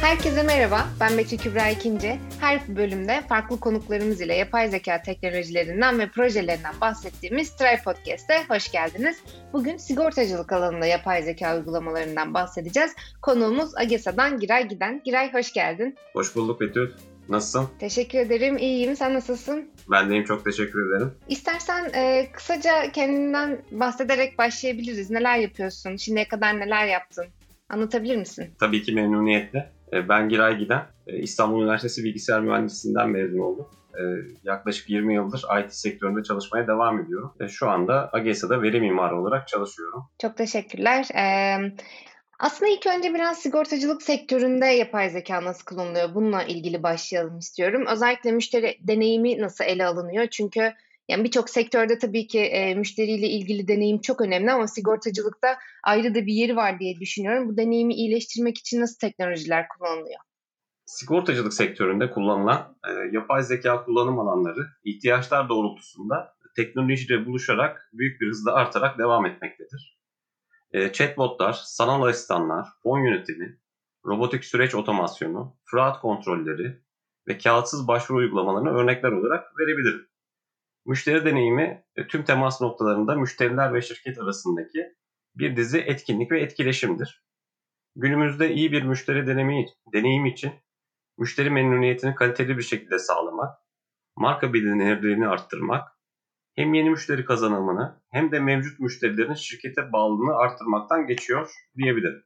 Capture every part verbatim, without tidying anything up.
Herkese merhaba, ben Betül Kübra İkinci. Her bölümde farklı konuklarımız ile yapay zeka teknolojilerinden ve projelerinden bahsettiğimiz Try Podcast'e hoş geldiniz. Bugün sigortacılık alanında yapay zeka uygulamalarından bahsedeceğiz. Konuğumuz Agesa'dan Giray Giden. Giray, hoş geldin. Hoş bulduk Betül. Nasılsın? Teşekkür ederim, iyiyim. Sen nasılsın? Ben deyim, çok teşekkür ederim. İstersen e, kısaca kendinden bahsederek başlayabiliriz. Neler yapıyorsun? Şimdiye kadar neler yaptın? Anlatabilir misin? Tabii ki memnuniyetle. Ben Giray Giden, İstanbul Üniversitesi Bilgisayar Mühendisliğinden mezun oldum. Yaklaşık yirmi yıldır I T sektöründe çalışmaya devam ediyorum. Şu anda Agesa'da veri mimarı olarak çalışıyorum. Çok teşekkürler. Ee, aslında ilk önce biraz sigortacılık sektöründe yapay zeka nasıl kullanılıyor? Bununla ilgili başlayalım istiyorum. Özellikle müşteri deneyimi nasıl ele alınıyor? Çünkü yani birçok sektörde tabii ki e, müşteriyle ilgili deneyim çok önemli ama sigortacılıkta ayrı da bir yeri var diye düşünüyorum. Bu deneyimi iyileştirmek için nasıl teknolojiler kullanılıyor? Sigortacılık sektöründe kullanılan e, yapay zeka kullanım alanları ihtiyaçlar doğrultusunda teknolojiyle buluşarak büyük bir hızla artarak devam etmektedir. E, chatbotlar, sanal asistanlar, fon yönetimi, robotik süreç otomasyonu, fraud kontrolleri ve kağıtsız başvuru uygulamalarını örnekler olarak verebilirim. Müşteri deneyimi tüm temas noktalarında müşteriler ve şirket arasındaki bir dizi etkinlik ve etkileşimdir. Günümüzde iyi bir müşteri deneyimi, deneyimi için müşteri memnuniyetini kaliteli bir şekilde sağlamak, marka bilinirliğini arttırmak, hem yeni müşteri kazanımını hem de mevcut müşterilerin şirkete bağlılığını arttırmaktan geçiyor diyebilirim.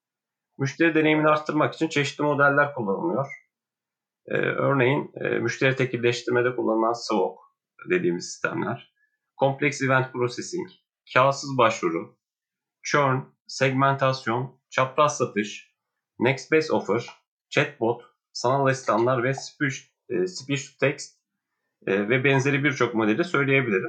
Müşteri deneyimini arttırmak için çeşitli modeller kullanılıyor. Ee, örneğin e, müşteri tekilleştirmede kullanılan S W O C dediğimiz sistemler, Complex Event Processing, kağıtsız başvuru, churn, segmentasyon, çapraz satış, Next Best Offer, chatbot, sanal asistanlar ve speech, e, speech to text e, ve benzeri birçok modeli söyleyebilirim.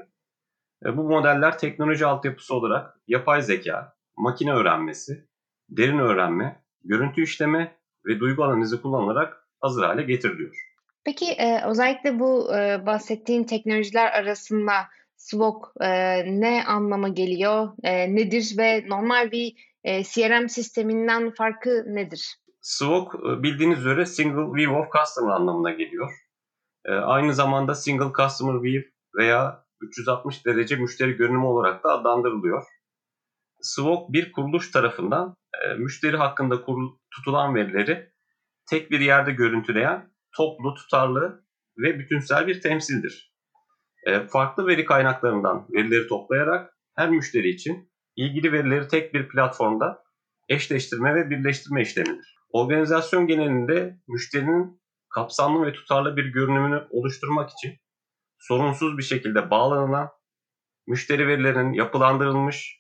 E, bu modeller teknoloji altyapısı olarak yapay zeka, makine öğrenmesi, derin öğrenme, görüntü işleme ve duygu analizi kullanılarak hazır hale getiriliyor. Peki e, özellikle bu e, bahsettiğin teknolojiler arasında S W O C e, ne anlama geliyor, e, nedir ve normal bir e, C R M sisteminden farkı nedir? S W O C bildiğiniz üzere Single View of Customer anlamına geliyor. E, aynı zamanda Single Customer View veya üç yüz altmış derece müşteri görünümü olarak da adlandırılıyor. S W O C bir kuruluş tarafından e, müşteri hakkında kurul, tutulan verileri tek bir yerde görüntüleyen toplu, tutarlı ve bütünsel bir temsildir. E, farklı veri kaynaklarından verileri toplayarak her müşteri için ilgili verileri tek bir platformda eşleştirme ve birleştirme işlemidir. Organizasyon genelinde müşterinin kapsamlı ve tutarlı bir görünümünü oluşturmak için sorunsuz bir şekilde bağlanılan, müşteri verilerinin yapılandırılmış,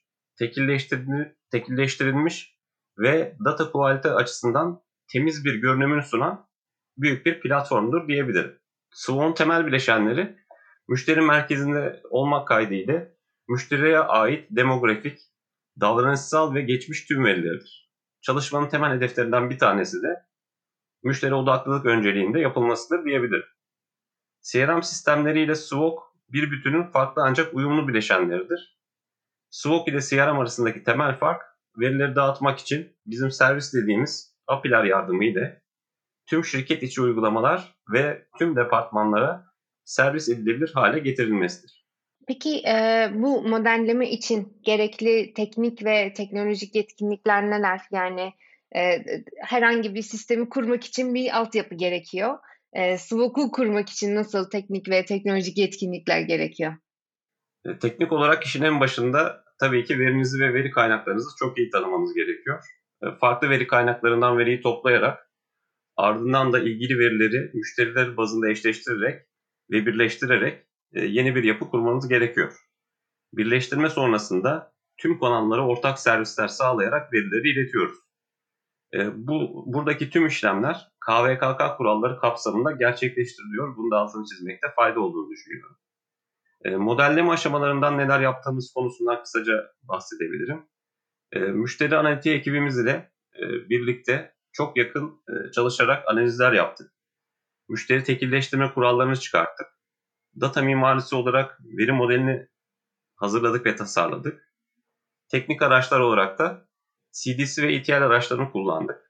tekilleştirilmiş ve data quality açısından temiz bir görünümünü sunan büyük bir platformdur diyebilirim. S W O C'un temel bileşenleri müşteri merkezinde olmak kaydıyla müşteriye ait demografik, davranışsal ve geçmiş tüm verileridir. Çalışmanın temel hedeflerinden bir tanesi de müşteri odaklılık önceliğinde yapılmasıdır diyebilirim. C R M sistemleriyle S W O C bir bütünün farklı ancak uyumlu bileşenleridir. S W O C ile C R M arasındaki temel fark, verileri dağıtmak için bizim servis dediğimiz A P I'ler yardımıyla tüm şirket içi uygulamalar ve tüm departmanlara servis edilebilir hale getirilmesidir. Peki e, bu modelleme için gerekli teknik ve teknolojik yetkinlikler neler? Yani e, herhangi bir sistemi kurmak için bir altyapı gerekiyor. E, S W O C'u kurmak için nasıl teknik ve teknolojik yetkinlikler gerekiyor? E, teknik olarak işin en başında tabii ki verinizi ve veri kaynaklarınızı çok iyi tanımanız gerekiyor. E, farklı veri kaynaklarından veriyi toplayarak ardından da ilgili verileri müşteriler bazında eşleştirerek ve birleştirerek e, yeni bir yapı kurmanız gerekiyor. Birleştirme sonrasında tüm kanallara ortak servisler sağlayarak verileri iletiyoruz. E, bu buradaki tüm işlemler K V K K kuralları kapsamında gerçekleştiriliyor. Bunu da altını çizmekte fayda olduğunu düşünüyorum. E, modelleme aşamalarından neler yaptığımız konusundan kısaca bahsedebilirim. E, müşteri analitiği ekibimiz ile e, birlikte çok yakın e, çalışarak analizler yaptık. Müşteri tekilleştirme kurallarını çıkarttık. Data mimarisi olarak veri modelini hazırladık ve tasarladık. Teknik araçlar olarak da C D C ve E T L araçlarını kullandık.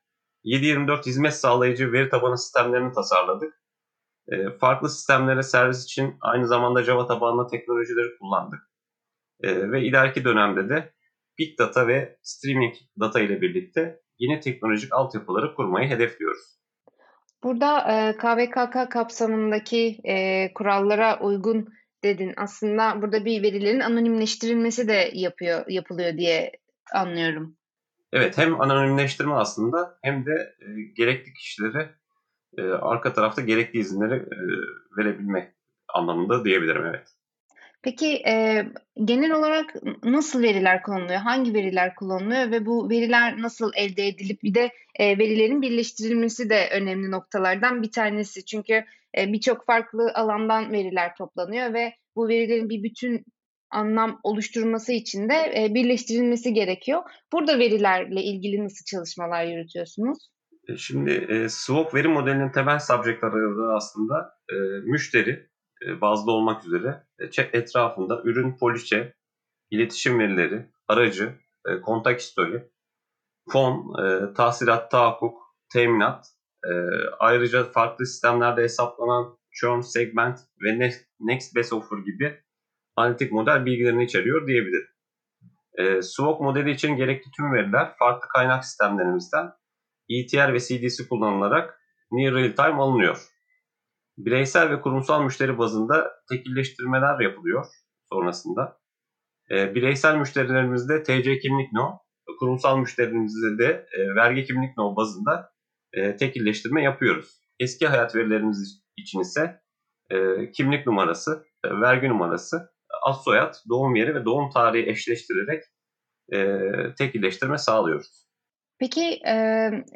yedi yirmi dört hizmet sağlayıcı veri tabanı sistemlerini tasarladık. E, farklı sistemlere servis için aynı zamanda Java tabanlı teknolojileri kullandık. E, ve ileriki dönemde de Big Data ve Streaming Data ile birlikte yeni teknolojik altyapıları kurmayı hedefliyoruz. Burada e, K V K K kapsamındaki e, kurallara uygun dedin. Aslında burada bir verilerin anonimleştirilmesi de yapıyor yapılıyor diye anlıyorum. Evet, hem anonimleştirme aslında hem de e, gerekli kişilere e, arka tarafta gerekli izinleri e, verebilmek anlamında diyebilirim, evet. Peki, eee, genel olarak nasıl veriler kullanılıyor? Hangi veriler kullanılıyor ve bu veriler nasıl elde edilip bir de, eee, verilerin birleştirilmesi de önemli noktalardan bir tanesi. Çünkü, eee, birçok farklı alandan veriler toplanıyor ve bu verilerin bir bütün anlam oluşturması için de, eee, birleştirilmesi gerekiyor. Burada verilerle ilgili nasıl çalışmalar yürütüyorsunuz? E, Şimdi e, S W O C veri modelinin temel subject'ları aslında e, müşteri e, bazlı olmak üzere e, chat etrafında ürün, poliçe, iletişim verileri, aracı, e, kontak history, fon, e, tahsilat, tahakkuk, teminat, e, ayrıca farklı sistemlerde hesaplanan churn, segment ve next, next best offer gibi analitik model bilgilerini içeriyor diyebilirim. E, S W O C modeli için gerekli tüm veriler farklı kaynak sistemlerimizden E T L ve C D C kullanılarak near real time alınıyor. Bireysel ve kurumsal müşteri bazında tekilleştirmeler yapılıyor sonrasında. E, bireysel müşterilerimizde T C kimlik no, kurumsal müşterilerimizde de e, vergi kimlik no bazında e, tekilleştirme yapıyoruz. Eski hayat verilerimiz için ise e, kimlik numarası, e, vergi numarası, ad soyad, doğum yeri ve doğum tarihi eşleştirerek e, tekilleştirme sağlıyoruz. Peki, emm,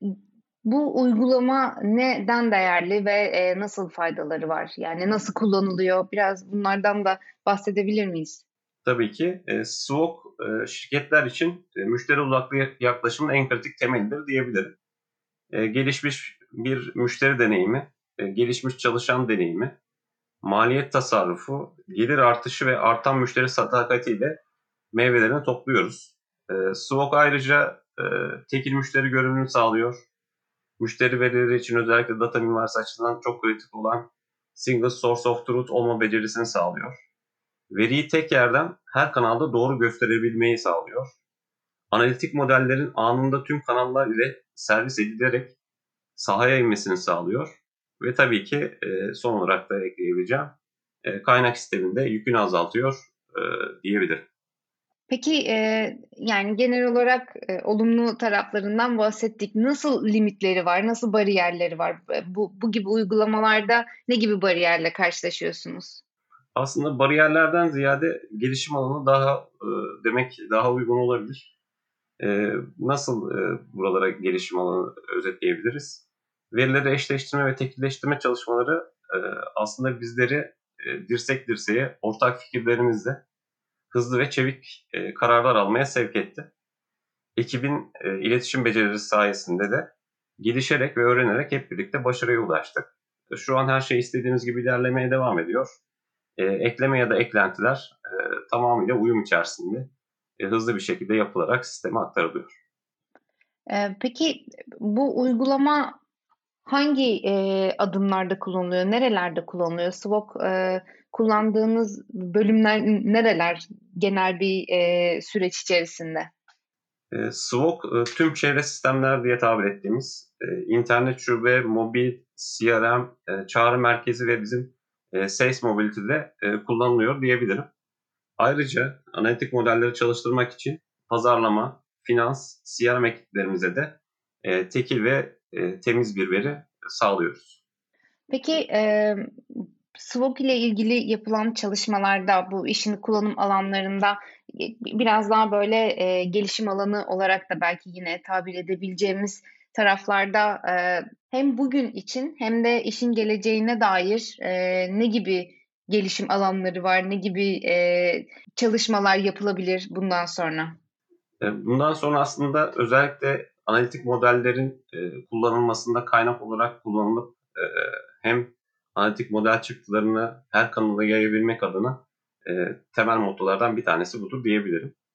bu uygulama neden değerli ve, eee, nasıl faydaları var? Yani nasıl kullanılıyor? Biraz bunlardan da bahsedebilir miyiz? Tabii ki e, S W O C e, şirketler için e, müşteri odaklı yaklaşımın en kritik temelidir diyebilirim. E, gelişmiş bir müşteri deneyimi, e, gelişmiş çalışan deneyimi, maliyet tasarrufu, gelir artışı ve artan müşteri sadakatiyle meyvelerini topluyoruz. E, S W O C ayrıca e, tekil müşteri görünümünü sağlıyor. Müşteri verileri için özellikle data mimarisi açısından çok kritik olan single source of truth olma becerisini sağlıyor. Veriyi tek yerden her kanalda doğru gösterebilmeyi sağlıyor. Analitik modellerin anında tüm kanallar ile servis edilerek sahaya inmesini sağlıyor. Ve tabii ki e, son olarak da ekleyebileceğim e, kaynak sisteminde yükünü azaltıyor e, diyebilirim. Peki, eee, yani genel olarak, eee, olumlu taraflarından bahsettik. Nasıl limitleri var? Nasıl bariyerleri var? Eee, bu bu gibi uygulamalarda ne gibi bariyerle karşılaşıyorsunuz? Aslında bariyerlerden ziyade gelişim alanı daha e, demek daha uygun olabilir. E, nasıl e, buralara gelişim alanı özetleyebiliriz? Verileri eşleştirme ve tekilleştirme çalışmaları e, aslında bizleri e, dirsek dirseğe ortak fikirlerimizle hızlı ve çevik e, kararlar almaya sevk etti. Ekibin e, iletişim becerileri sayesinde de gelişerek ve öğrenerek hep birlikte başarıya ulaştık. E, Şu an her şey istediğimiz gibi ilerlemeye devam ediyor. E, ekleme ya da eklentiler e, tamamıyla uyum içerisinde e, hızlı bir şekilde yapılarak sisteme aktarılıyor. Eee, peki, bu uygulama hangi, eee, adımlarda kullanılıyor? Nerelerde kullanılıyor? S W O C, eee, kullandığınız bölümler n nereler genel bir, eee, süreç içerisinde? E, S W O C e, tüm çevre sistemler diye tabir ettiğimiz e, internet şube, mobil, C R M, e, çağrı merkezi ve bizim e, Sales Mobility'de e, kullanılıyor diyebilirim. Ayrıca analitik modelleri çalıştırmak için pazarlama, finans, C R M ekiplerimize de e, tekil ve e, temiz bir veri sağlıyoruz. Peki, emm, S W O C ile ilgili yapılan çalışmalarda, bu işin kullanım alanlarında, eee, biraz daha böyle, eee, gelişim alanı olarak da belki yine tabir edebileceğimiz taraflarda, eee, hem bugün için hem de işin geleceğine dair, eee, ne gibi gelişim alanları var? Ne gibi, eee, çalışmalar yapılabilir bundan sonra? E, bundan sonra aslında özellikle analitik modellerin e, kullanılmasında kaynak olarak kullanılıp e, hem analitik model çıktılarını her kanala yayabilmek adına e, temel mottolardan bir tanesi budur diyebilirim.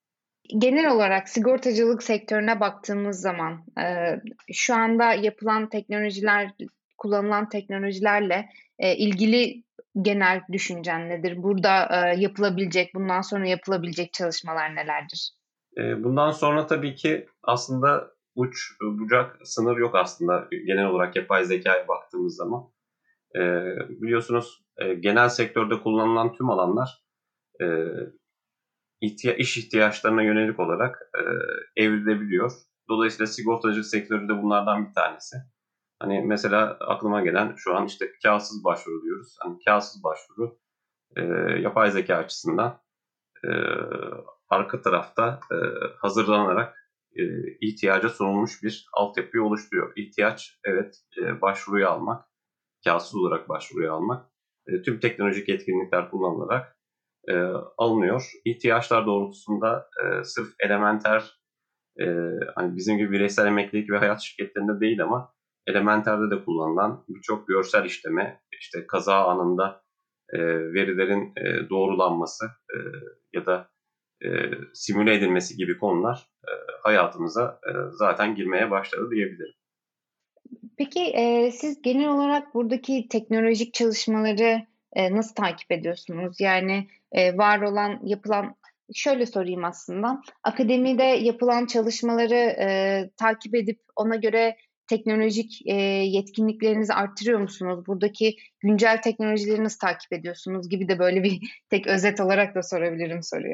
genel olarak sigortacılık sektörüne baktığımız zaman e, şu anda yapılan teknolojiler, kullanılan teknolojilerle e, ilgili genel düşüncen nedir? Burada e, yapılabilecek, bundan sonra yapılabilecek çalışmalar nelerdir? E, bundan sonra tabii ki aslında uç bucak sınır yok aslında genel olarak yapay zekaya baktığımız zaman. E, biliyorsunuz e, genel sektörde kullanılan tüm alanlar e, ihtiya- iş ihtiyaçlarına yönelik olarak e, evrilebiliyor. Dolayısıyla sigortacılık sektörü de bunlardan bir tanesi. Hani mesela aklıma gelen şu an işte kağıtsız başvuru diyoruz. Hani kağıtsız başvuru e, yapay zeka açısından e, arka tarafta e, hazırlanarak e, ihtiyaca sunulmuş bir altyapıyı oluşturuyor. İhtiyaç evet e, başvuruyu almak, kağıtsız olarak başvuruyu almak, e, tüm teknolojik etkinlikler kullanılarak e, alınıyor. İhtiyaçlar doğrultusunda e, sırf elementer, e, hani bizim gibi bireysel emeklilik ve hayat şirketlerinde değil ama elementerde de kullanılan birçok görsel işleme, işte kaza anında e, verilerin e, doğrulanması e, ya da e, simüle edilmesi gibi konular e, hayatımıza e, zaten girmeye başladı diyebilirim. Peki e, siz genel olarak buradaki teknolojik çalışmaları e, nasıl takip ediyorsunuz? Yani e, var olan, yapılan, şöyle sorayım aslında, akademide yapılan çalışmaları e, takip edip ona göre teknolojik e, yetkinliklerinizi arttırıyor musunuz? Buradaki güncel teknolojileri nasıl takip ediyorsunuz gibi de böyle bir tek özet olarak da sorabilirim soruyu.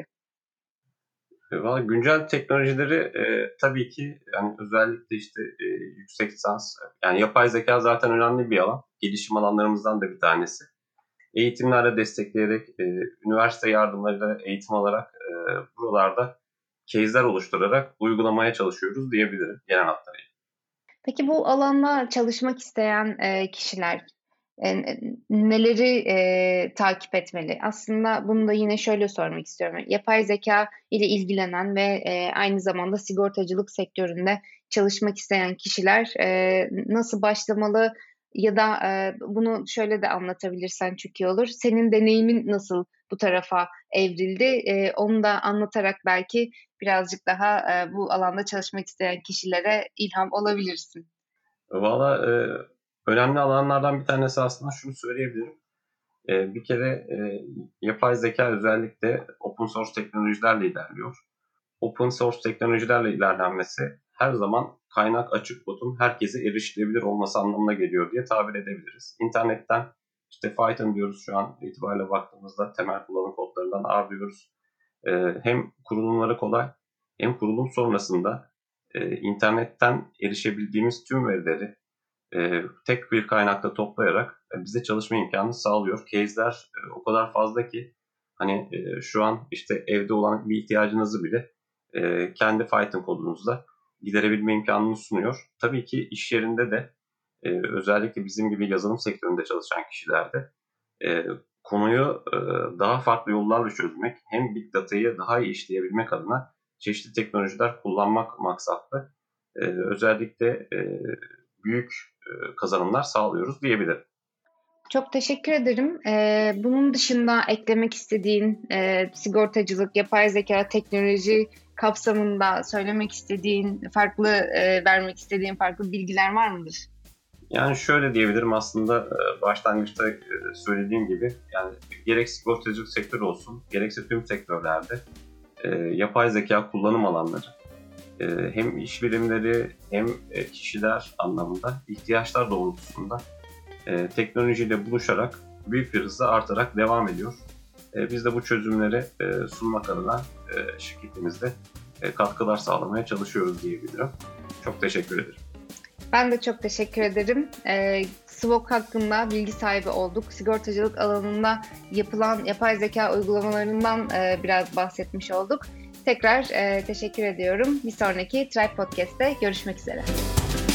E, Valla güncel teknolojileri e, tabii ki yani özellikle işte e, yüksek lisans yani yapay zeka zaten önemli bir alan. Gelişim alanlarımızdan da bir tanesi. Eğitimlerle destekleyerek, e, üniversite yardımlarıyla eğitim alarak e, buralarda case'ler oluşturarak uygulamaya çalışıyoruz diyebilirim genel hatlarıyla. Peki bu alanda çalışmak isteyen e, kişiler e, neleri e, takip etmeli? Aslında bunu da yine şöyle sormak istiyorum. Yapay zeka ile ilgilenen ve e, aynı zamanda sigortacılık sektöründe çalışmak isteyen kişiler e, nasıl başlamalı ya da e, bunu şöyle de anlatabilirsen çok iyi olur. Senin deneyimin nasıl bu tarafa evrildi? E, onu da anlatarak belki birazcık daha e, bu alanda çalışmak isteyen kişilere ilham olabilirsin. Valla e, önemli alanlardan bir tanesi aslında şunu söyleyebilirim. E, bir kere e, yapay zeka özellikle open source teknolojilerle ilerliyor. Open source teknolojilerle ilerlenmesi her zaman kaynak açık kodun herkese erişilebilir olması anlamına geliyor diye tabir edebiliriz. İnternetten işte Python diyoruz şu an itibariyle baktığımızda temel kullanım kodlarından R diyoruz. E, hem kurulumları kolay hem kurulum sonrasında e, internetten erişebildiğimiz tüm verileri e, tek bir kaynakta toplayarak e, bize çalışma imkanı sağlıyor. Case'ler e, o kadar fazla ki hani e, şu an işte evde olan bir ihtiyacınızı bile e, kendi Python kodunuzla giderebilme imkanını sunuyor. Tabii ki iş yerinde de e, özellikle bizim gibi yazılım sektöründe çalışan kişilerde e, konuyu e, daha farklı yollarla çözmek hem Big Data'yı daha iyi işleyebilmek adına çeşitli teknolojiler kullanmak maksatlı. E, özellikle e, büyük e, kazanımlar sağlıyoruz diyebilirim. Çok teşekkür ederim. Ee, bunun dışında eklemek istediğin e, sigortacılık, yapay zeka, teknoloji kapsamında söylemek istediğin, farklı e, vermek istediğin farklı bilgiler var mıdır? Yani şöyle diyebilirim aslında e, başlangıçta e, söylediğim gibi yani gerek sigortacılık sektörü olsun gerekse tüm sektörlerde e, yapay zeka kullanım alanları e, hem iş birimleri hem e, kişiler anlamında ihtiyaçlar doğrultusunda e, teknolojiyle buluşarak büyük bir hızla artarak devam ediyor. E, biz de bu çözümleri e, sunmak adına e, şirketimizde e, katkılar sağlamaya çalışıyoruz diyebilirim. Çok teşekkür ederim. Ben de çok teşekkür ederim. Ee, S V O K hakkında bilgi sahibi olduk. Sigortacılık alanında yapılan yapay zeka uygulamalarından e, biraz bahsetmiş olduk. Tekrar e, teşekkür ediyorum. Bir sonraki Tribe Podcast'te görüşmek üzere.